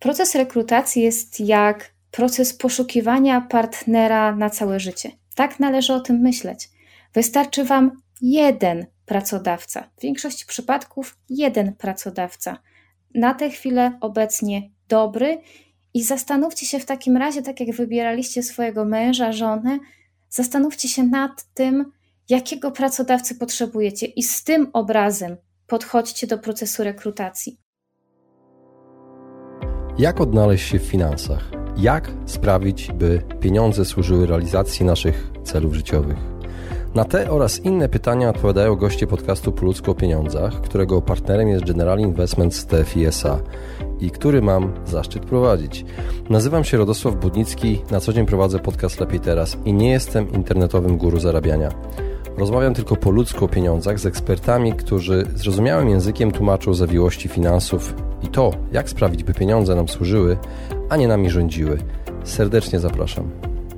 Proces rekrutacji jest jak proces poszukiwania partnera na całe życie. Tak należy o tym myśleć. Wystarczy Wam jeden pracodawca, w większości przypadków jeden pracodawca, na tę chwilę obecnie dobry i zastanówcie się w takim razie, tak jak wybieraliście swojego męża, żonę, zastanówcie się nad tym, jakiego pracodawcy potrzebujecie i z tym obrazem podchodźcie do procesu rekrutacji. Jak odnaleźć się w finansach? Jak sprawić, by pieniądze służyły realizacji naszych celów życiowych? Na te oraz inne pytania odpowiadają goście podcastu Po ludzku o pieniądzach, którego partnerem jest General Investments TFI SA i który mam zaszczyt prowadzić. Nazywam się Radosław Budnicki, na co dzień prowadzę podcast Lepiej Teraz i nie jestem internetowym guru zarabiania. Rozmawiam tylko po ludzku o pieniądzach z ekspertami, którzy zrozumiałym językiem tłumaczą zawiłości finansów i to, jak sprawić, by pieniądze nam służyły, a nie nami rządziły. Serdecznie zapraszam.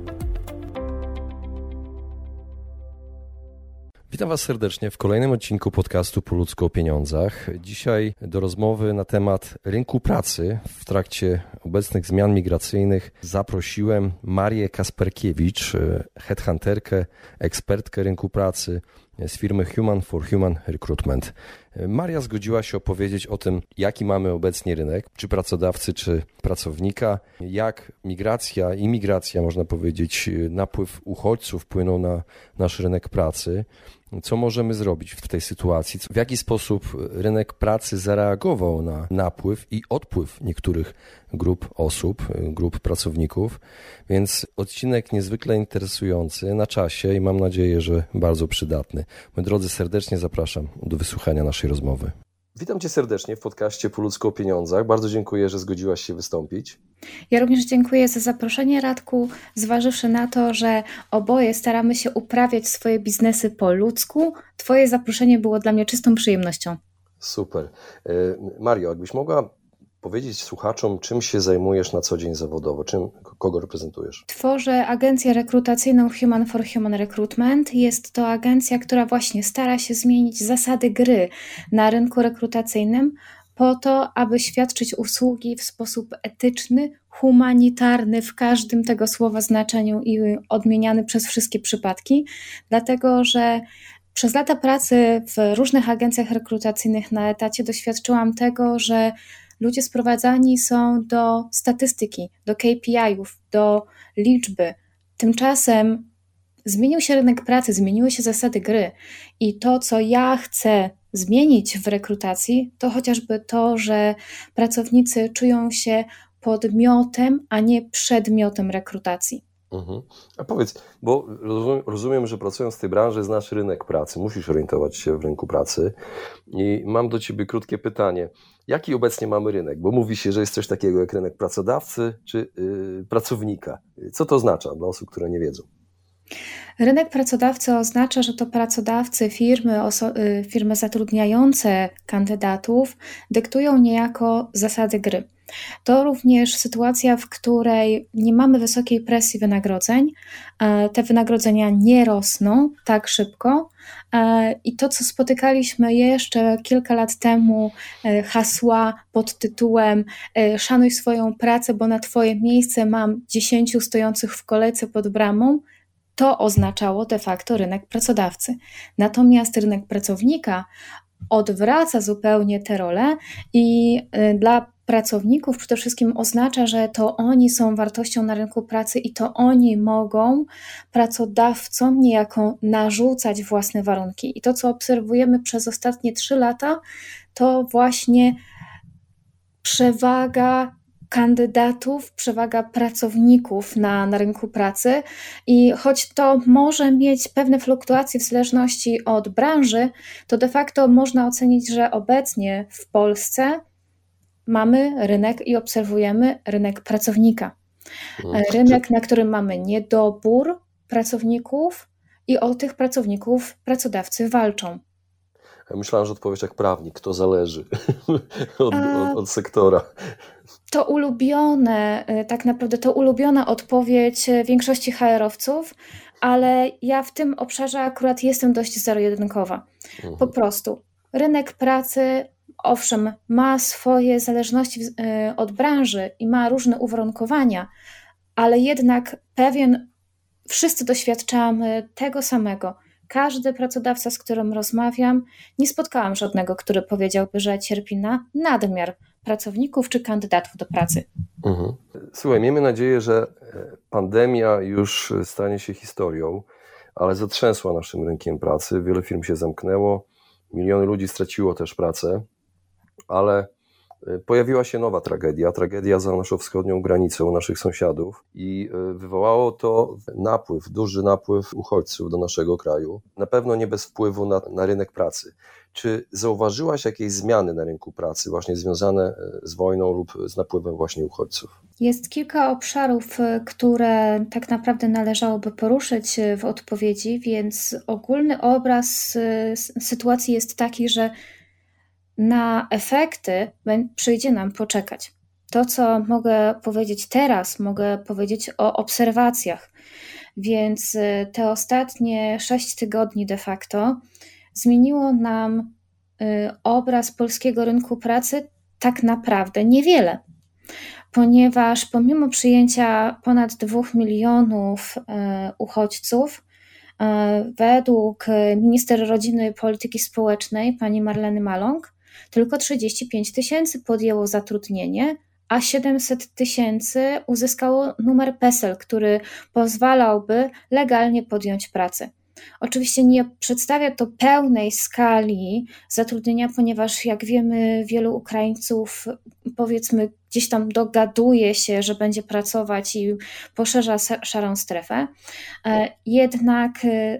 Witam Was serdecznie w kolejnym odcinku podcastu Po ludzku o pieniądzach. Dzisiaj do rozmowy na temat rynku pracy w trakcie obecnych zmian migracyjnych zaprosiłem Marię Kasperkiewicz, headhunterkę, ekspertkę rynku pracy z firmy Human for Human Recruitment. Maria zgodziła się opowiedzieć o tym, jaki mamy obecnie rynek, czy pracodawcy, czy pracownika, jak migracja, imigracja, można powiedzieć, napływ uchodźców wpłynął na nasz rynek pracy. Co możemy zrobić w tej sytuacji? W jaki sposób rynek pracy zareagował na napływ i odpływ niektórych grup osób, grup pracowników? Więc odcinek niezwykle interesujący, na czasie i mam nadzieję, że bardzo przydatny. Moi drodzy, serdecznie zapraszam do wysłuchania naszej rozmowy. Witam Cię serdecznie w podcaście Po ludzku o pieniądzach. Bardzo dziękuję, że zgodziłaś się wystąpić. Ja również dziękuję za zaproszenie, Radku, zważywszy na to, że oboje staramy się uprawiać swoje biznesy po ludzku. Twoje zaproszenie było dla mnie czystą przyjemnością. Super. Mario, jakbyś mogła powiedzieć słuchaczom, czym się zajmujesz na co dzień zawodowo, kogo reprezentujesz? Tworzę agencję rekrutacyjną Human for Human Recruitment. Jest to agencja, która właśnie stara się zmienić zasady gry na rynku rekrutacyjnym po to, aby świadczyć usługi w sposób etyczny, humanitarny w każdym tego słowa znaczeniu i odmieniany przez wszystkie przypadki, dlatego że przez lata pracy w różnych agencjach rekrutacyjnych na etacie doświadczyłam tego, że ludzie sprowadzani są do statystyki, do KPI-ów, do liczby. Tymczasem zmienił się rynek pracy, zmieniły się zasady gry i to, co ja chcę zmienić w rekrutacji, to chociażby to, że pracownicy czują się podmiotem, a nie przedmiotem rekrutacji. A powiedz, bo rozumiem, że pracując w tej branży znasz rynek pracy, musisz orientować się w rynku pracy i mam do Ciebie krótkie pytanie. Jaki obecnie mamy rynek? Bo mówi się, że jest coś takiego jak rynek pracodawcy czy pracownika. Co to oznacza dla osób, które nie wiedzą? Rynek pracodawcy oznacza, że to pracodawcy, firmy zatrudniające kandydatów dyktują niejako zasady gry. To również sytuacja, w której nie mamy wysokiej presji wynagrodzeń, te wynagrodzenia nie rosną tak szybko i to, co spotykaliśmy jeszcze kilka lat temu, hasła pod tytułem szanuj swoją pracę, bo na Twoje miejsce mam 10 stojących w kolejce pod bramą, to oznaczało de facto rynek pracodawcy. Natomiast rynek pracownika odwraca zupełnie tę rolę i dla pracowników przede wszystkim oznacza, że to oni są wartością na rynku pracy i to oni mogą pracodawcom niejako narzucać własne warunki. I to, co obserwujemy przez ostatnie 3 lata, to właśnie przewaga kandydatów, przewaga pracowników na rynku pracy i choć to może mieć pewne fluktuacje w zależności od branży, to de facto można ocenić, że obecnie w Polsce mamy rynek i obserwujemy rynek pracownika. Rynek, na którym mamy niedobór pracowników i o tych pracowników pracodawcy walczą. Myślałem, że odpowiesz jak prawnik, to zależy od sektora. To ulubione, tak naprawdę to ulubiona odpowiedź większości HR-owców, ale ja w tym obszarze akurat jestem dość zero-jedynkowa. Po prostu rynek pracy owszem, ma swoje zależności od branży i ma różne uwarunkowania, ale jednak wszyscy doświadczamy tego samego. Każdy pracodawca, z którym rozmawiam, nie spotkałam żadnego, który powiedziałby, że cierpi na nadmiar pracowników czy kandydatów do pracy. Słuchaj, miejmy nadzieję, że pandemia już stanie się historią, ale zatrzęsła naszym rynkiem pracy. Wiele firm się zamknęło, miliony ludzi straciło też pracę, ale pojawiła się nowa tragedia za naszą wschodnią granicą, naszych sąsiadów i wywołało to duży napływ uchodźców do naszego kraju, na pewno nie bez wpływu na rynek pracy. Czy zauważyłaś jakieś zmiany na rynku pracy właśnie związane z wojną lub z napływem właśnie uchodźców? Jest kilka obszarów, które tak naprawdę należałoby poruszyć w odpowiedzi, więc ogólny obraz sytuacji jest taki, że na efekty przyjdzie nam poczekać. To, co mogę powiedzieć teraz, mogę powiedzieć o obserwacjach, więc te ostatnie 6 tygodni de facto zmieniło nam obraz polskiego rynku pracy tak naprawdę niewiele, ponieważ pomimo przyjęcia ponad 2 milionów uchodźców, według minister rodziny i polityki społecznej pani Marleny Maląg tylko 35 000 podjęło zatrudnienie, a 700 000 uzyskało numer PESEL, który pozwalałby legalnie podjąć pracę. Oczywiście nie przedstawia to pełnej skali zatrudnienia, ponieważ jak wiemy, wielu Ukraińców, powiedzmy, gdzieś tam dogaduje się, że będzie pracować i poszerza szarą strefę. Jednak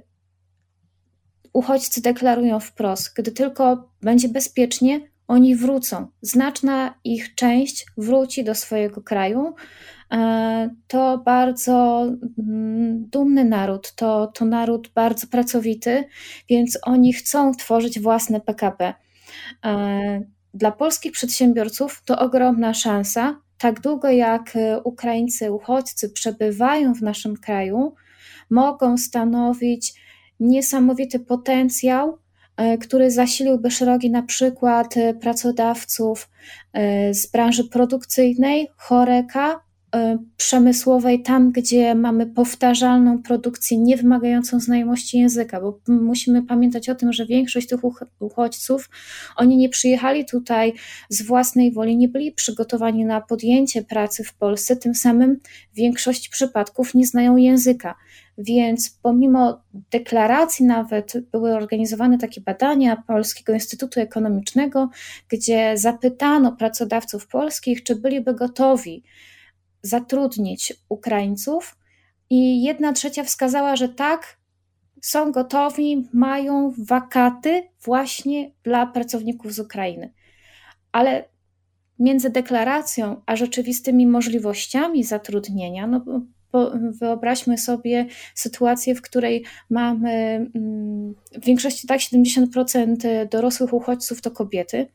uchodźcy deklarują wprost, gdy tylko będzie bezpiecznie, oni wrócą. Znaczna ich część wróci do swojego kraju. To bardzo dumny naród, to naród bardzo pracowity, więc oni chcą tworzyć własne PKB. Dla polskich przedsiębiorców to ogromna szansa. Tak długo jak Ukraińcy, uchodźcy przebywają w naszym kraju, mogą stanowić niesamowity potencjał, który zasiliłby szeregi na przykład pracodawców z branży produkcyjnej, HoReCa, przemysłowej, tam gdzie mamy powtarzalną produkcję nie wymagającą znajomości języka, bo musimy pamiętać o tym, że większość tych uchodźców, oni nie przyjechali tutaj z własnej woli, nie byli przygotowani na podjęcie pracy w Polsce, tym samym w większości przypadków nie znają języka. Więc pomimo deklaracji nawet były organizowane takie badania Polskiego Instytutu Ekonomicznego, gdzie zapytano pracodawców polskich, czy byliby gotowi zatrudnić Ukraińców i 1/3 wskazała, że tak, są gotowi, mają wakaty właśnie dla pracowników z Ukrainy. Ale między deklaracją a rzeczywistymi możliwościami zatrudnienia, wyobraźmy sobie sytuację, w której mamy w większości 70% dorosłych uchodźców to kobiety.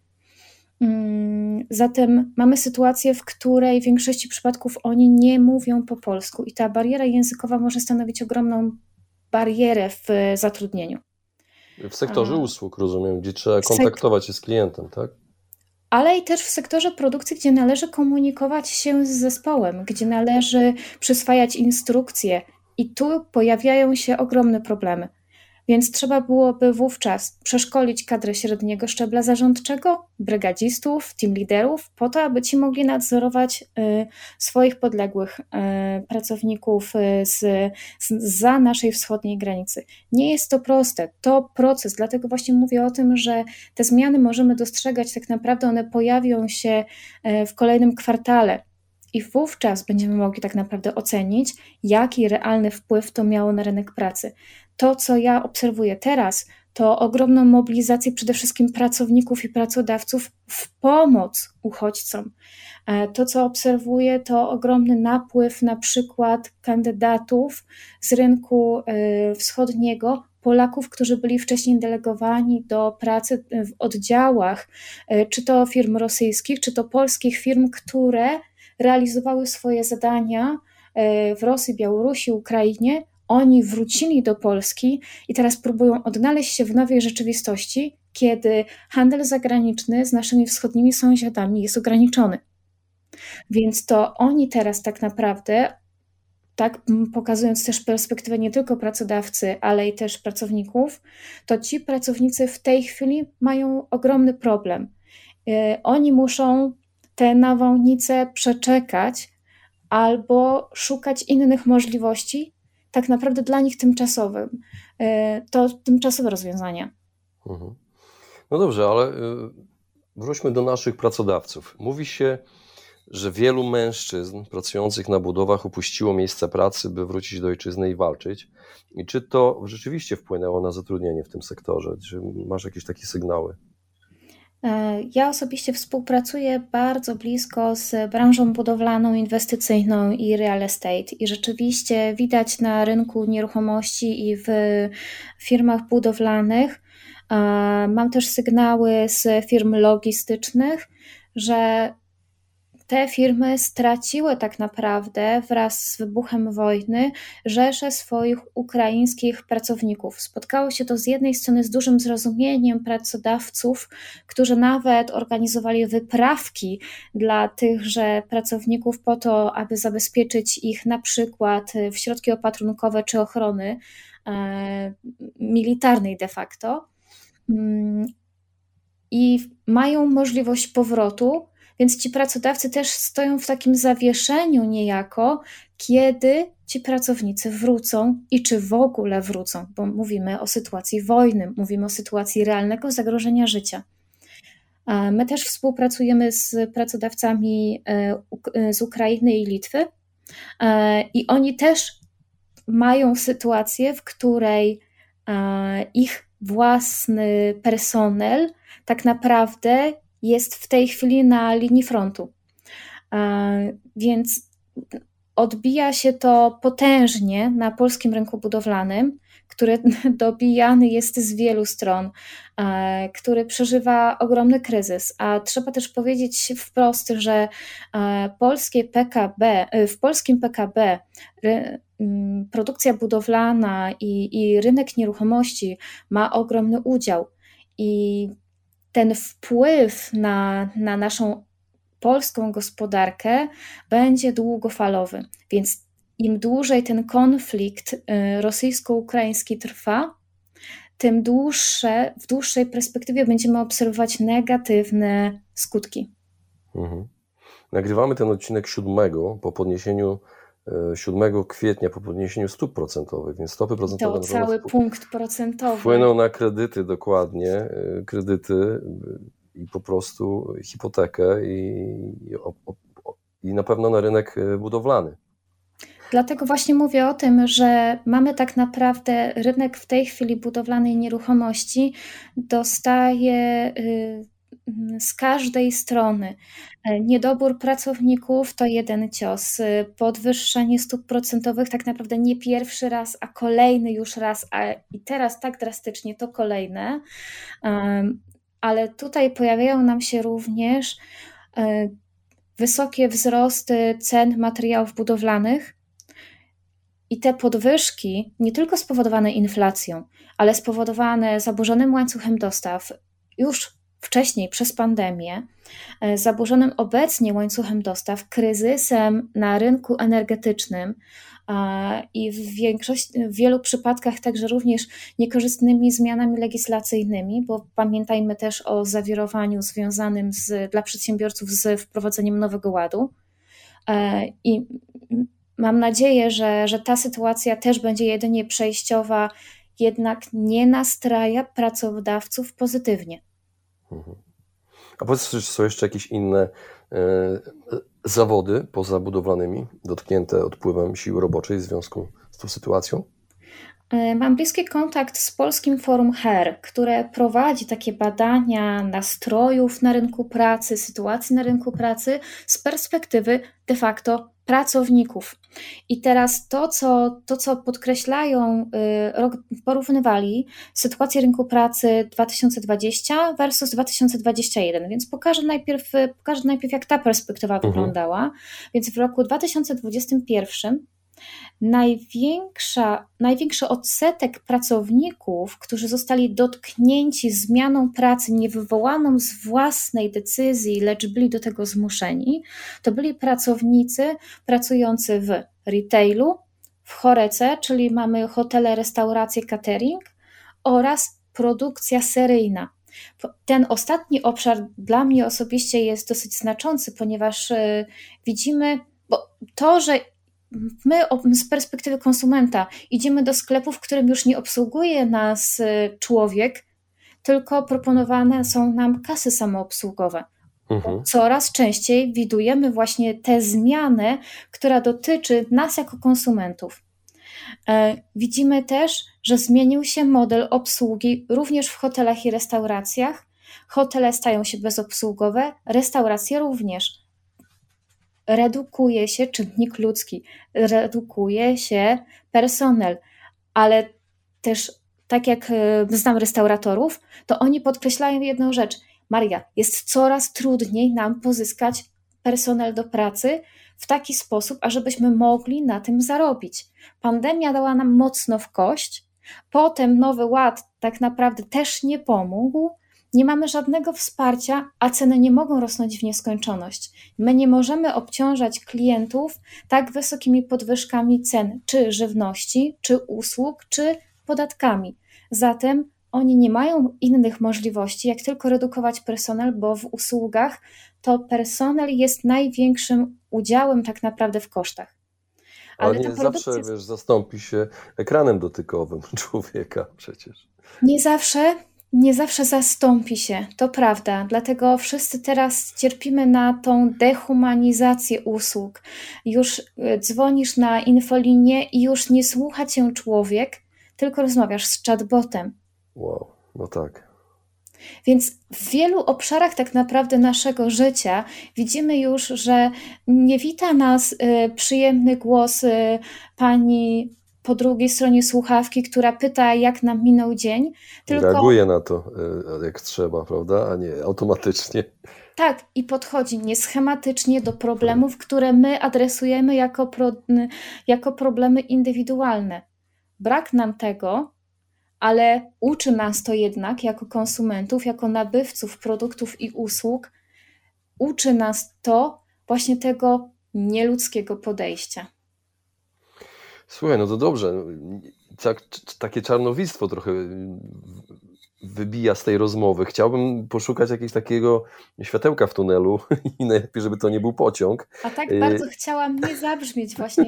Zatem mamy sytuację, w której w większości przypadków oni nie mówią po polsku i ta bariera językowa może stanowić ogromną barierę w zatrudnieniu. W sektorze usług, rozumiem, gdzie trzeba kontaktować się z klientem, tak? Ale i też w sektorze produkcji, gdzie należy komunikować się z zespołem, gdzie należy przyswajać instrukcje i tu pojawiają się ogromne problemy. Więc trzeba byłoby wówczas przeszkolić kadrę średniego szczebla zarządczego, brygadzistów, team liderów, po to, aby ci mogli nadzorować swoich podległych pracowników zza naszej wschodniej granicy. Nie jest to proste, to proces, dlatego właśnie mówię o tym, że te zmiany możemy dostrzegać, tak naprawdę one pojawią się w kolejnym kwartale. I wówczas będziemy mogli tak naprawdę ocenić, jaki realny wpływ to miało na rynek pracy. To, co ja obserwuję teraz, to ogromną mobilizację przede wszystkim pracowników i pracodawców w pomoc uchodźcom. To, co obserwuję, to ogromny napływ na przykład kandydatów z rynku wschodniego, Polaków, którzy byli wcześniej delegowani do pracy w oddziałach, czy to firm rosyjskich, czy to polskich firm, które realizowały swoje zadania w Rosji, Białorusi, Ukrainie. Oni wrócili do Polski i teraz próbują odnaleźć się w nowej rzeczywistości kiedy handel zagraniczny z naszymi wschodnimi sąsiadami jest ograniczony. Więc to oni teraz tak naprawdę, tak pokazując też perspektywę nie tylko pracodawcy, ale i też pracowników, to ci pracownicy w tej chwili mają ogromny problem. Oni muszą te nawałnice przeczekać albo szukać innych możliwości, tak naprawdę dla nich tymczasowym. To tymczasowe rozwiązania. No dobrze, ale wróćmy do naszych pracodawców. Mówi się, że wielu mężczyzn pracujących na budowach opuściło miejsca pracy, by wrócić do ojczyzny i walczyć. I czy to rzeczywiście wpłynęło na zatrudnienie w tym sektorze? Czy masz jakieś takie sygnały? Ja osobiście współpracuję bardzo blisko z branżą budowlaną, inwestycyjną i real estate i rzeczywiście widać na rynku nieruchomości i w firmach budowlanych, mam też sygnały z firm logistycznych, że te firmy straciły tak naprawdę wraz z wybuchem wojny rzeszę swoich ukraińskich pracowników. Spotkało się to z jednej strony z dużym zrozumieniem pracodawców, którzy nawet organizowali wyprawki dla tychże pracowników po to, aby zabezpieczyć ich na przykład w środki opatrunkowe czy ochrony militarnej de facto. I mają możliwość powrotu, więc ci pracodawcy też stoją w takim zawieszeniu niejako, kiedy ci pracownicy wrócą i czy w ogóle wrócą, bo mówimy o sytuacji wojny, mówimy o sytuacji realnego zagrożenia życia. My też współpracujemy z pracodawcami z Ukrainy i Litwy i oni też mają sytuację, w której ich własny personel tak naprawdę jest w tej chwili na linii frontu. Więc odbija się to potężnie na polskim rynku budowlanym, który dobijany jest z wielu stron, który przeżywa ogromny kryzys. A trzeba też powiedzieć wprost, że w polskim PKB produkcja budowlana i rynek nieruchomości ma ogromny udział. I ten wpływ na naszą polską gospodarkę będzie długofalowy, więc im dłużej ten konflikt rosyjsko-ukraiński trwa, tym w dłuższej perspektywie będziemy obserwować negatywne skutki. Nagrywamy ten odcinek 7 kwietnia po podniesieniu stóp procentowych, więc stopy procentowe to cały punkt procentowy wpłyną na kredyty dokładnie, kredyty i po prostu hipotekę i na pewno na rynek budowlany. Dlatego właśnie mówię o tym, że mamy tak naprawdę rynek w tej chwili budowlanej nieruchomości dostaje z każdej strony. Niedobór pracowników to jeden cios, podwyższenie stóp procentowych tak naprawdę nie pierwszy raz, a kolejny już raz, i teraz tak drastycznie to kolejne, ale tutaj pojawiają nam się również wysokie wzrosty cen materiałów budowlanych i te podwyżki nie tylko spowodowane inflacją, ale spowodowane zaburzonym łańcuchem dostaw już wcześniej przez pandemię, zaburzonym obecnie łańcuchem dostaw, kryzysem na rynku energetycznym i w wielu przypadkach także również niekorzystnymi zmianami legislacyjnymi, bo pamiętajmy też o zawirowaniu związanym dla przedsiębiorców z wprowadzeniem Nowego Ładu. I mam nadzieję, że ta sytuacja też będzie jedynie przejściowa, jednak nie nastraja pracodawców pozytywnie. A powiedz, czy są jeszcze jakieś inne zawody poza budowlanymi dotknięte odpływem siły roboczej w związku z tą sytuacją? Mam bliski kontakt z Polskim Forum HER, które prowadzi takie badania nastrojów na rynku pracy, sytuacji na rynku pracy z perspektywy de facto pracowników. I teraz to, co podkreślają, porównywali sytuację rynku pracy 2020 versus 2021, więc pokażę najpierw jak ta perspektywa wyglądała. Więc w roku 2021 Największy odsetek pracowników, którzy zostali dotknięci zmianą pracy niewywołaną z własnej decyzji, lecz byli do tego zmuszeni, to byli pracownicy pracujący w retailu, w chorece, czyli mamy hotele, restauracje, catering oraz produkcja seryjna. Ten ostatni obszar dla mnie osobiście jest dosyć znaczący, ponieważ widzimy, bo to, że my z perspektywy konsumenta idziemy do sklepu, w którym już nie obsługuje nas człowiek, tylko proponowane są nam kasy samoobsługowe. Coraz częściej widujemy właśnie tę zmianę, która dotyczy nas jako konsumentów. Widzimy też, że zmienił się model obsługi również w hotelach i restauracjach. Hotele stają się bezobsługowe, restauracje również. Redukuje się czynnik ludzki, redukuje się personel, ale też tak jak znam restauratorów, to oni podkreślają jedną rzecz. Maria, jest coraz trudniej nam pozyskać personel do pracy w taki sposób, ażebyśmy mogli na tym zarobić. Pandemia dała nam mocno w kość, potem Nowy Ład tak naprawdę też nie pomógł, nie mamy żadnego wsparcia, a ceny nie mogą rosnąć w nieskończoność. My nie możemy obciążać klientów tak wysokimi podwyżkami cen, czy żywności, czy usług, czy podatkami. Zatem oni nie mają innych możliwości, jak tylko redukować personel, bo w usługach to personel jest największym udziałem tak naprawdę w kosztach. Ale nie zawsze, zastąpi się ekranem dotykowym człowieka przecież. Nie zawsze zastąpi się, to prawda, dlatego wszyscy teraz cierpimy na tą dehumanizację usług. Już dzwonisz na infolinię i już nie słucha cię człowiek, tylko rozmawiasz z chatbotem. Wow, no tak. Więc w wielu obszarach tak naprawdę naszego życia widzimy już, że nie wita nas przyjemny głos pani po drugiej stronie słuchawki, która pyta, jak nam minął dzień. Tylko reaguje na to, jak trzeba, prawda, a nie automatycznie. Tak, i podchodzi nieschematycznie do problemów, które my adresujemy jako problemy indywidualne. Brak nam tego, ale uczy nas to jednak jako konsumentów, jako nabywców produktów i usług, uczy nas to właśnie tego nieludzkiego podejścia. Słuchaj, no to dobrze. Takie czarnowictwo trochę wybija z tej rozmowy. Chciałbym poszukać jakiegoś takiego światełka w tunelu i najlepiej, żeby to nie był pociąg. A tak bardzo chciałam nie zabrzmieć właśnie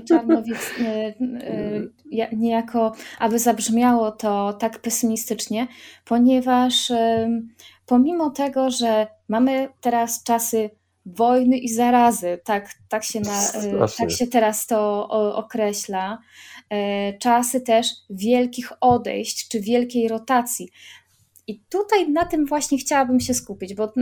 niejako, aby zabrzmiało to tak pesymistycznie, ponieważ pomimo tego, że mamy teraz czasy wojny i zarazy, tak się teraz to określa, czasy też wielkich odejść czy wielkiej rotacji. I tutaj na tym właśnie chciałabym się skupić, bo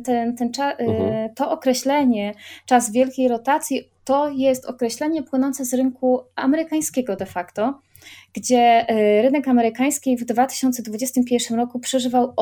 to określenie czas wielkiej rotacji to jest określenie płynące z rynku amerykańskiego de facto, gdzie rynek amerykański w 2021 roku przeżywał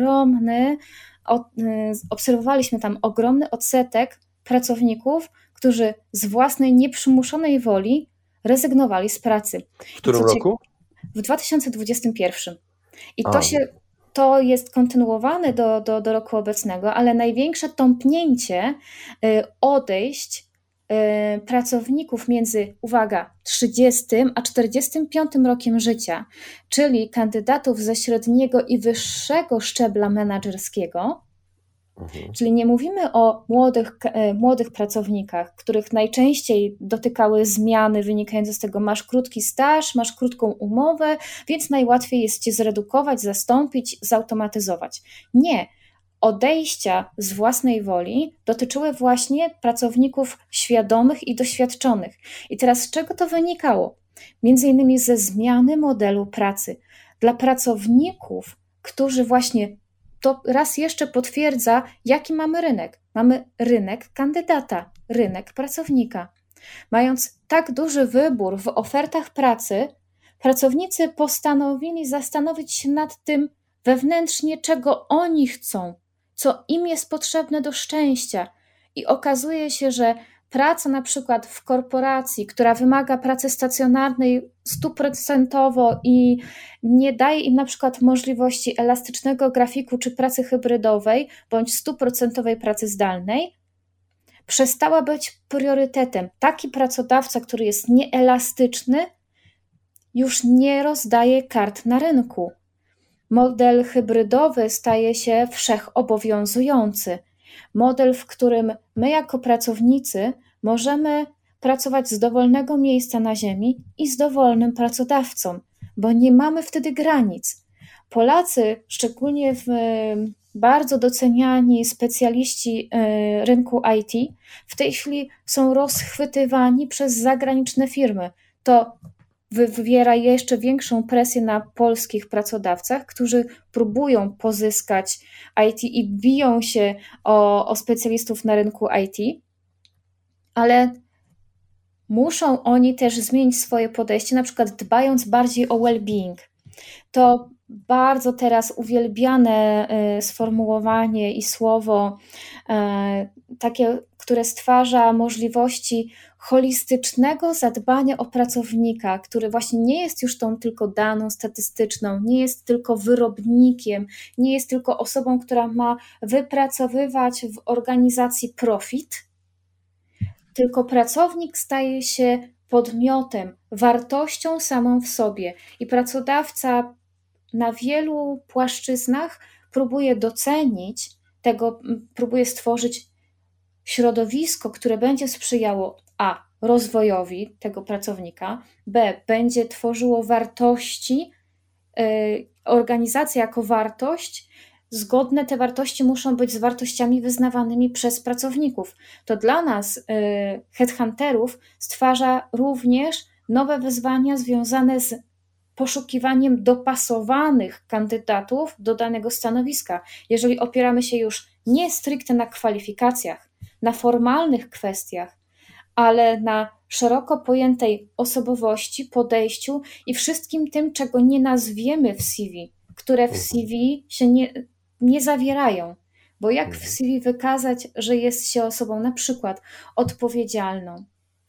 obserwowaliśmy tam ogromny odsetek pracowników, którzy z własnej nieprzymuszonej woli rezygnowali z pracy. W którym roku? W 2021. I to jest kontynuowane do roku obecnego, ale największe tąpnięcie odejść pracowników między, uwaga, 30 a 45 rokiem życia, czyli kandydatów ze średniego i wyższego szczebla menedżerskiego, czyli nie mówimy o młodych pracownikach, których najczęściej dotykały zmiany wynikające z tego, masz krótki staż, masz krótką umowę, więc najłatwiej jest cię zredukować, zastąpić, zautomatyzować. Nie. Odejścia z własnej woli dotyczyły właśnie pracowników świadomych i doświadczonych. I teraz z czego to wynikało? Między innymi ze zmiany modelu pracy. Dla pracowników, którzy właśnie to raz jeszcze potwierdza, jaki mamy rynek. Mamy rynek kandydata, rynek pracownika. Mając tak duży wybór w ofertach pracy, pracownicy postanowili zastanowić się nad tym wewnętrznie, czego oni chcą, co im jest potrzebne do szczęścia. I okazuje się, że praca na przykład w korporacji, która wymaga pracy stacjonarnej 100% i nie daje im na przykład możliwości elastycznego grafiku czy pracy hybrydowej bądź 100% pracy zdalnej, przestała być priorytetem. Taki pracodawca, który jest nieelastyczny, już nie rozdaje kart na rynku. Model hybrydowy staje się wszechobowiązujący. Model, w którym my jako pracownicy możemy pracować z dowolnego miejsca na ziemi i z dowolnym pracodawcą, bo nie mamy wtedy granic. Polacy, szczególnie bardzo doceniani specjaliści rynku IT, w tej chwili są rozchwytywani przez zagraniczne firmy. To wywiera jeszcze większą presję na polskich pracodawcach, którzy próbują pozyskać IT i biją się o specjalistów na rynku IT, ale muszą oni też zmienić swoje podejście, na przykład dbając bardziej o well-being. To bardzo teraz uwielbiane sformułowanie i słowo, takie, które stwarza możliwości holistycznego zadbania o pracownika, który właśnie nie jest już tą tylko daną statystyczną, nie jest tylko wyrobnikiem, nie jest tylko osobą, która ma wypracowywać w organizacji profit, tylko pracownik staje się podmiotem, wartością samą w sobie i pracodawca na wielu płaszczyznach próbuje docenić tego, próbuje stworzyć środowisko, które będzie sprzyjało a. rozwojowi tego pracownika, b. będzie tworzyło wartości, organizacja jako wartość, zgodne te wartości muszą być z wartościami wyznawanymi przez pracowników. To dla nas, headhunterów, stwarza również nowe wyzwania związane z poszukiwaniem dopasowanych kandydatów do danego stanowiska. Jeżeli opieramy się już nie stricte na kwalifikacjach, na formalnych kwestiach, ale na szeroko pojętej osobowości, podejściu i wszystkim tym, czego nie nazwiemy w CV, które w CV się nie zawierają. Bo jak w CV wykazać, że jest się osobą na przykład odpowiedzialną,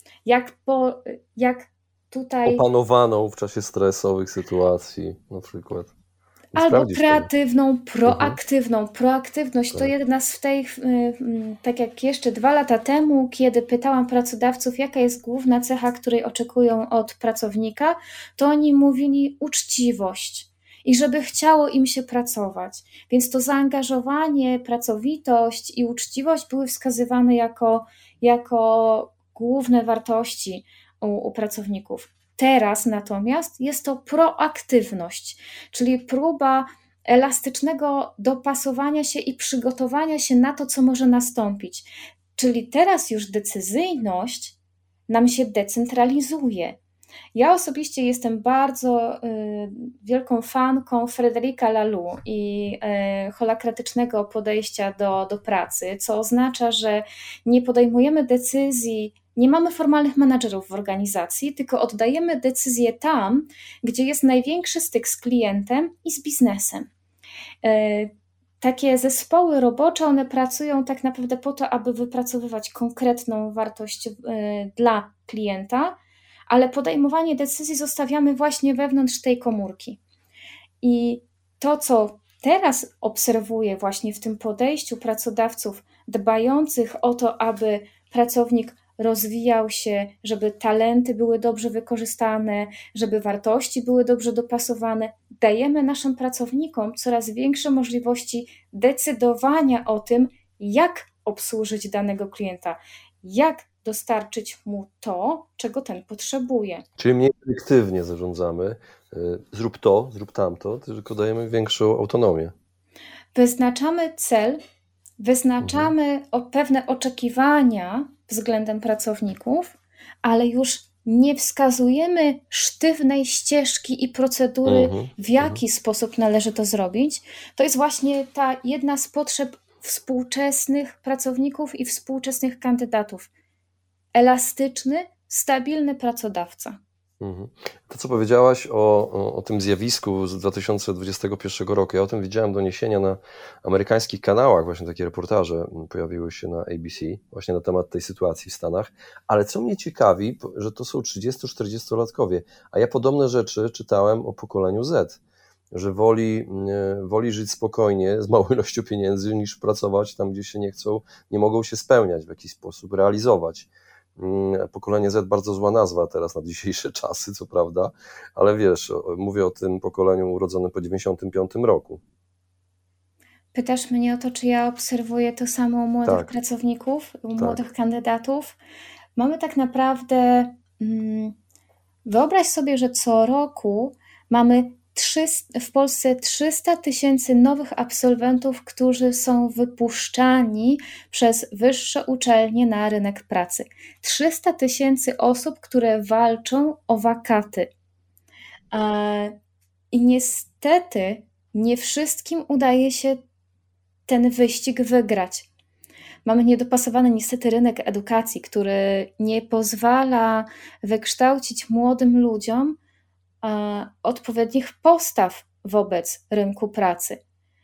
jak tutaj... opanowaną w czasie stresowych sytuacji na przykład. Albo kreatywną, proaktywną. Proaktywność to jedna z tak jak jeszcze 2 lata temu, kiedy pytałam pracodawców, jaka jest główna cecha, której oczekują od pracownika, to oni mówili uczciwość i żeby chciało im się pracować. Więc to zaangażowanie, pracowitość i uczciwość były wskazywane jako główne wartości u pracowników. Teraz natomiast jest to proaktywność, czyli próba elastycznego dopasowania się i przygotowania się na to, co może nastąpić. Czyli teraz już decyzyjność nam się decentralizuje. Ja osobiście jestem bardzo wielką fanką Frederica Laloux i holakratycznego podejścia do pracy, co oznacza, że nie podejmujemy decyzji, nie mamy formalnych menadżerów w organizacji, tylko oddajemy decyzje tam, gdzie jest największy styk z klientem i z biznesem. Takie zespoły robocze, one pracują tak naprawdę po to, aby wypracowywać konkretną wartość dla klienta, ale podejmowanie decyzji zostawiamy właśnie wewnątrz tej komórki. I to, co teraz obserwuję właśnie w tym podejściu pracodawców dbających o to, aby pracownik rozwijał się, żeby talenty były dobrze wykorzystane, żeby wartości były dobrze dopasowane, dajemy naszym pracownikom coraz większe możliwości decydowania o tym, jak obsłużyć danego klienta, jak dostarczyć mu to, czego ten potrzebuje. Czyli mniej dyrektywnie zarządzamy, zrób to, zrób tamto, tylko dajemy większą autonomię. Wyznaczamy cel, wyznaczamy pewne oczekiwania względem pracowników, ale już nie wskazujemy sztywnej ścieżki i procedury, w jaki sposób należy to zrobić. To jest właśnie ta jedna z potrzeb współczesnych pracowników i współczesnych kandydatów. Elastyczny, stabilny pracodawca. To, co powiedziałaś o tym zjawisku z 2021 roku, ja o tym widziałem doniesienia na amerykańskich kanałach, właśnie takie reportaże pojawiły się na ABC, właśnie na temat tej sytuacji w Stanach, ale co mnie ciekawi, że to są 30-40-latkowie, a ja podobne rzeczy czytałem o pokoleniu Z, że woli żyć spokojnie, z małą ilością pieniędzy, niż pracować tam, gdzie się nie chcą, nie mogą się spełniać w jakiś sposób, realizować. Pokolenie Z, bardzo zła nazwa teraz na dzisiejsze czasy, co prawda, ale wiesz, mówię o tym pokoleniu urodzonym po 95 roku. Pytasz mnie o to, czy ja obserwuję to samo u młodych pracowników, u młodych kandydatów. Mamy tak naprawdę, wyobraź sobie, że co roku mamy w Polsce 300 000 nowych absolwentów, którzy są wypuszczani przez wyższe uczelnie na rynek pracy. 300 000 osób, które walczą o wakaty. I niestety nie wszystkim udaje się ten wyścig wygrać. Mamy niedopasowany niestety rynek edukacji, który nie pozwala wykształcić młodym ludziom odpowiednich postaw wobec rynku pracy.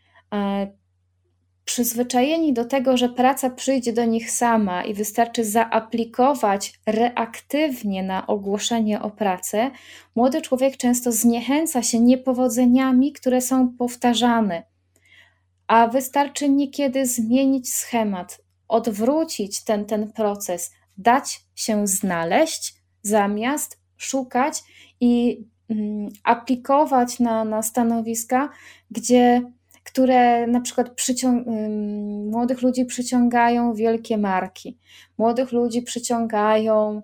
Przyzwyczajeni do tego, że praca przyjdzie do nich sama i wystarczy zaaplikować reaktywnie na ogłoszenie o pracę, młody człowiek często zniechęca się niepowodzeniami, które są powtarzane. A wystarczy niekiedy zmienić schemat, odwrócić ten proces, dać się znaleźć, zamiast szukać i aplikować na stanowiska, które na przykład młodych ludzi przyciągają wielkie marki, młodych ludzi przyciągają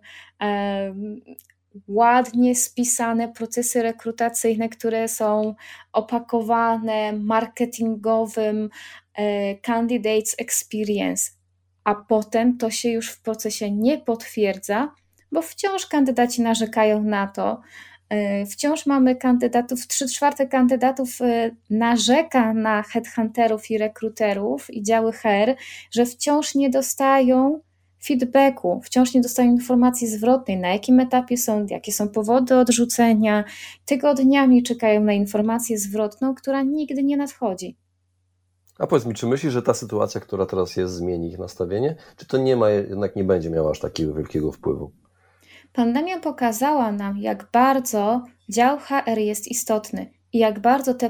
ładnie spisane procesy rekrutacyjne, które są opakowane marketingowym candidates experience, a potem to się już w procesie nie potwierdza, bo wciąż kandydaci narzekają na to, wciąż mamy kandydatów, 3/4 kandydatów narzeka na headhunterów i rekruterów i działy HR, że wciąż nie dostają feedbacku, wciąż nie dostają informacji zwrotnej, na jakim etapie są, jakie są powody odrzucenia. Tygodniami czekają na informację zwrotną, która nigdy nie nadchodzi. A powiedz mi, czy myślisz, że ta sytuacja, która teraz jest, zmieni ich nastawienie? Czy to jednak nie będzie miało aż takiego wielkiego wpływu? Pandemia pokazała nam, jak bardzo dział HR jest istotny i jak bardzo te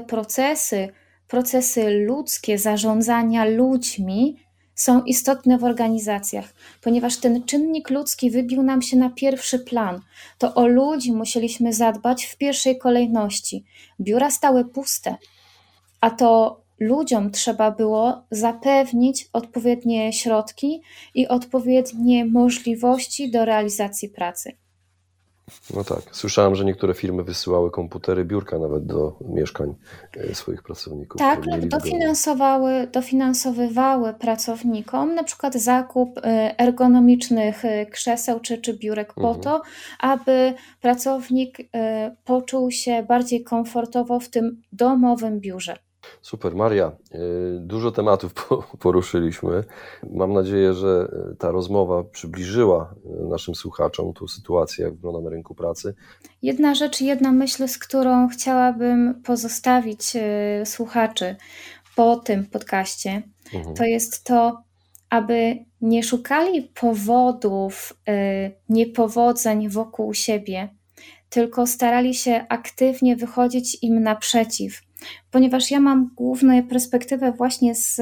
procesy ludzkie, zarządzania ludźmi są istotne w organizacjach, ponieważ ten czynnik ludzki wybił nam się na pierwszy plan. To o ludzi musieliśmy zadbać w pierwszej kolejności. Biura stały puste, a to ludziom trzeba było zapewnić odpowiednie środki i odpowiednie możliwości do realizacji pracy. No tak, słyszałem, że niektóre firmy wysyłały komputery, biurka nawet do mieszkań swoich pracowników. Tak, lub dofinansowywały pracownikom na przykład zakup ergonomicznych krzeseł czy biurek po to, aby pracownik poczuł się bardziej komfortowo w tym domowym biurze. Super, Maria, dużo tematów poruszyliśmy. Mam nadzieję, że ta rozmowa przybliżyła naszym słuchaczom tą sytuację, jak wygląda na rynku pracy. Jedna rzecz, jedna myśl, z którą chciałabym pozostawić słuchaczy po tym podcaście, to jest to, aby nie szukali powodów niepowodzeń wokół siebie, tylko starali się aktywnie wychodzić im naprzeciw. Ponieważ ja mam główną perspektywę właśnie z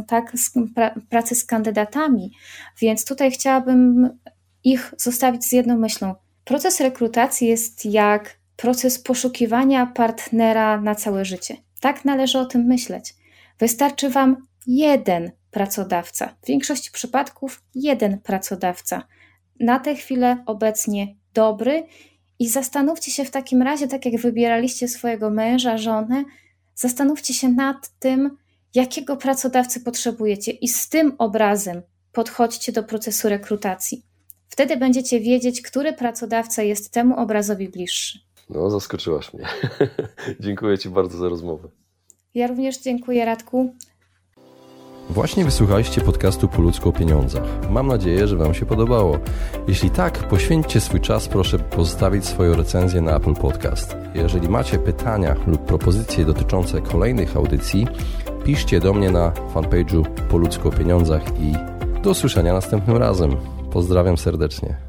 pracy z kandydatami, więc tutaj chciałabym ich zostawić z jedną myślą. Proces rekrutacji jest jak proces poszukiwania partnera na całe życie. Tak należy o tym myśleć. Wystarczy Wam jeden pracodawca, w większości przypadków jeden pracodawca, na tę chwilę obecnie dobry. I zastanówcie się w takim razie, tak jak wybieraliście swojego męża, żonę, zastanówcie się nad tym, jakiego pracodawcy potrzebujecie i z tym obrazem podchodźcie do procesu rekrutacji. Wtedy będziecie wiedzieć, który pracodawca jest temu obrazowi bliższy. No, zaskoczyłaś mnie. Dziękuję Ci bardzo za rozmowę. Ja również dziękuję, Radku. Właśnie wysłuchaliście podcastu Po ludzku o pieniądzach. Mam nadzieję, że Wam się podobało. Jeśli tak, poświęćcie swój czas, proszę pozostawić swoją recenzję na Apple Podcast. Jeżeli macie pytania lub propozycje dotyczące kolejnych audycji, piszcie do mnie na fanpage'u Po ludzku o pieniądzach i do usłyszenia następnym razem. Pozdrawiam serdecznie.